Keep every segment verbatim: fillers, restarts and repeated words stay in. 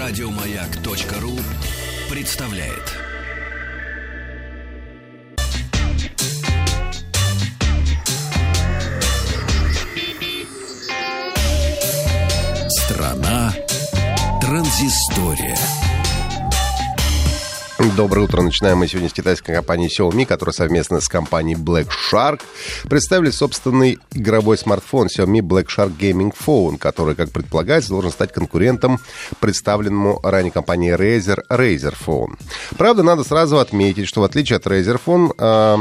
Радиомаяк.ру представляет. Страна транзистория. Доброе утро. Начинаем мы сегодня с китайской компании Xiaomi, которая совместно с компанией Black Shark представили собственный игровой смартфон Xiaomi Black Shark Gaming Phone, который, как предполагается, должен стать конкурентом представленному ранее компанией Razer Razer Phone. Правда, надо сразу отметить, что в отличие от Razer Phone, э,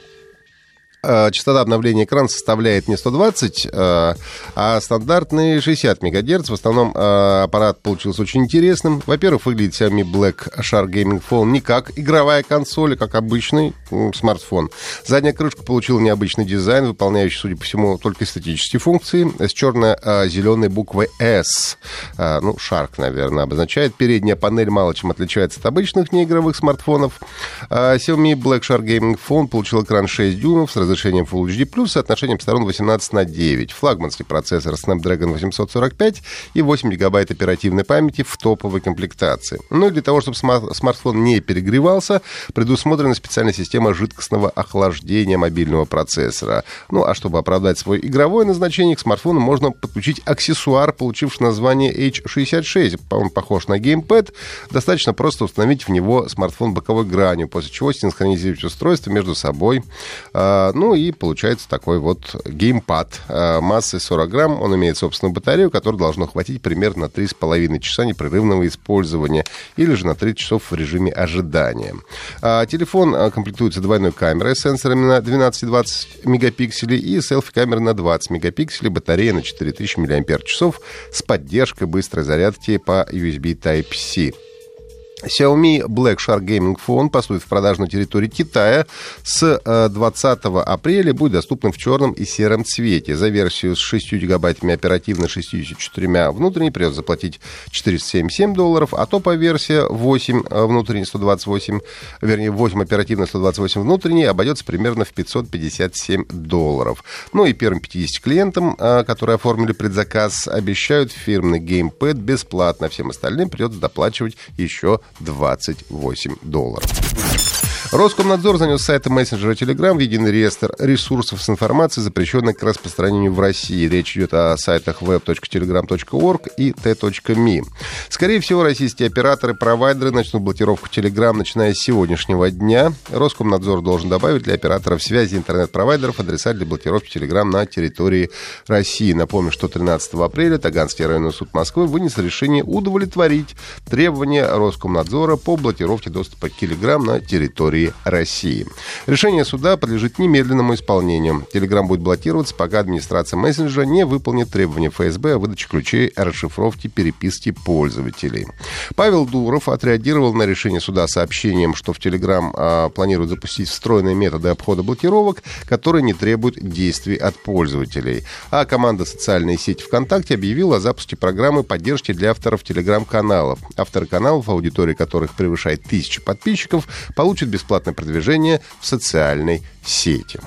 частота обновления экрана составляет не сто двадцать, а стандартные шестьдесят мегагерц. В основном аппарат получился очень интересным. Во-первых, выглядит Xiaomi Black Shark Gaming Phone не как игровая консоль, а как обычный смартфон. Задняя крышка получила необычный дизайн, выполняющий, судя по всему, только эстетические функции, с черно-зеленой буквой S. Ну, Shark, наверное, обозначает. Передняя панель мало чем отличается от обычных неигровых смартфонов. Xiaomi Black Shark Gaming Phone получил экран шесть дюймов с разрешением Full эйч ди плюс, соотношением сторон восемнадцать на девять. Флагманский процессор Snapdragon восемьсот сорок пять и восемь гигабайт оперативной памяти в топовой комплектации. Ну и для того, чтобы смартфон не перегревался, предусмотрена специальная система жидкостного охлаждения мобильного процессора. Ну а чтобы оправдать свое игровое назначение, к смартфону можно подключить аксессуар, получивший название эйч шестьдесят шесть. Он похож на геймпэд. Достаточно просто установить в него смартфон боковой гранью, после чего синхронизировать устройство между собой. Ну и получается такой вот геймпад массой сорок грамм. Он имеет собственную батарею, которую должно хватить примерно на три с половиной часа непрерывного использования или же на тридцать часов в режиме ожидания. Телефон комплектуется двойной камерой с сенсорами на двенадцать и двадцать мегапикселей и селфи-камерой на двадцать мегапикселей, батарея на четыре тысячи миллиампер-часов с поддержкой быстрой зарядки по ю эс би Type-C. Xiaomi Black Shark Gaming Phone поступит в продажу на территории Китая с двадцатого апреля, будет доступным в черном и сером цвете. За версию с шестью гигабайтами оперативной, шестьюдесятью четырьмя внутренней придется заплатить четыреста семьдесят семь долларов, а топовая версия восемь внутренней сто двадцать восемь, вернее восемь оперативной сто двадцать восемь внутренней обойдется примерно в пятьсот пятьдесят семь долларов. Ну и первым пятидесяти клиентам, которые оформили предзаказ, обещают фирменный геймпэд бесплатно, всем остальным придется доплачивать еще двадцать восемь долларов. Роскомнадзор занес с сайта мессенджера Telegram в единый реестр ресурсов с информацией, запрещенной к распространению в России. Речь идет о сайтах веб точка телеграм точка орг и тэ точка ми. Скорее всего, российские операторы и провайдеры начнут блокировку Telegram, начиная с сегодняшнего дня. Роскомнадзор должен добавить для операторов связи интернет-провайдеров адреса для блокировки Telegram на территории России. Напомню, что тринадцатого апреля Таганский районный суд Москвы вынес решение удовлетворить требования Роскомнадзора по блокировке доступа к Telegram на территории России. Решение суда подлежит немедленному исполнению. Telegram будет блокироваться, пока администрация мессенджера не выполнит требования эф эс бэ о выдаче ключей о расшифровке переписки пользователей. Павел Дуров отреагировал на решение суда сообщением, что в Telegram а, планируют запустить встроенные методы обхода блокировок, которые не требуют действий от пользователей. А команда социальной сети ВКонтакте объявила о запуске программы поддержки для авторов Telegram-каналов. Авторы каналов, аудитория которых превышает тысячу подписчиков, получат бесплатно бесплатное продвижение в социальной сети.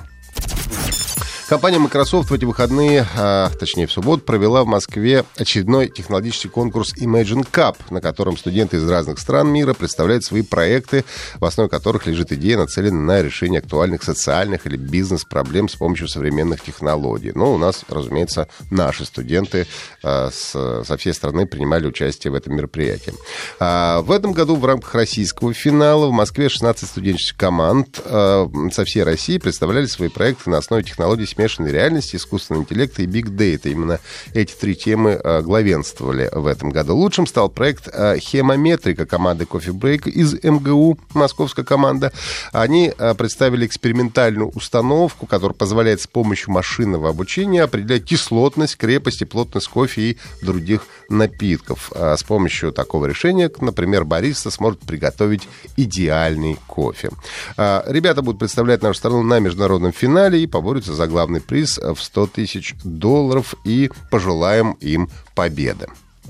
Компания Microsoft в эти выходные, а, точнее в субботу, провела в Москве очередной технологический конкурс Imagine Cup, на котором студенты из разных стран мира представляют свои проекты, в основе которых лежит идея, нацеленная на решение актуальных социальных или бизнес-проблем с помощью современных технологий. Но у нас, разумеется, наши студенты а, с, со всей страны принимали участие в этом мероприятии. А, в этом году в рамках российского финала в Москве шестнадцать студенческих команд а, со всей России представляли свои проекты на основе технологий смешанной реальности, искусственного интеллекта и биг дейта. Именно эти три темы а, главенствовали в этом году. Лучшим стал проект а, «Хемометрика» команды Coffee Break из эм гэ у, московская команда. Они а, представили экспериментальную установку, которая позволяет с помощью машинного обучения определять кислотность, крепость и плотность кофе и других напитков. А, с помощью такого решения, например, бариста сможет приготовить идеальный кофе. А, ребята будут представлять нашу страну на международном финале и поборются за главный приз в сто тысяч долларов, и пожелаем им победы.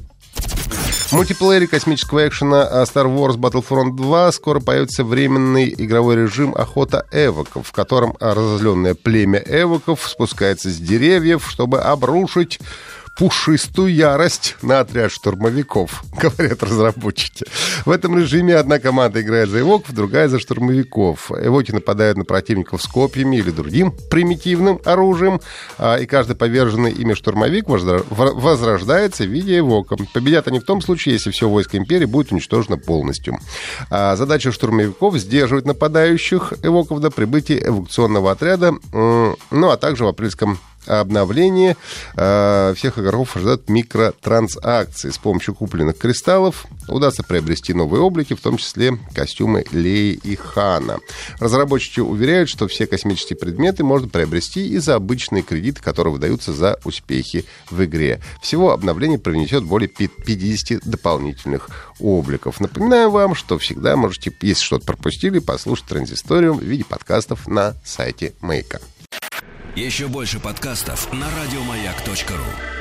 В мультиплеере космического экшена Star Wars Battlefront два скоро появится временный игровой режим «Охота эвоков», в котором разозленное племя эвоков спускается с деревьев, чтобы обрушить пушистую ярость на отряд штурмовиков, говорят разработчики. В этом режиме одна команда играет за эвоков, другая за штурмовиков. Эвоки нападают на противников с копьями или другим примитивным оружием, и каждый поверженный ими штурмовик возрождается в виде эвока. Победят они в том случае, если все войско империи будет уничтожено полностью. Задача штурмовиков — сдерживать нападающих эвоков до прибытия эвакуационного отряда, ну а также в апрельском обновлении э, всех игроков ожидают микротранзакции. С помощью купленных кристаллов удастся приобрести новые облики, в том числе костюмы Леи и Хана. Разработчики уверяют, что все космические предметы можно приобрести и за обычные кредиты, которые выдаются за успехи в игре. Всего обновление привнесет более пятьдесят дополнительных обликов. Напоминаю вам, что всегда можете, если что-то пропустили, послушать Транзисториум в виде подкастов на сайте Маяка. Еще больше подкастов на радиомаяк точка ру.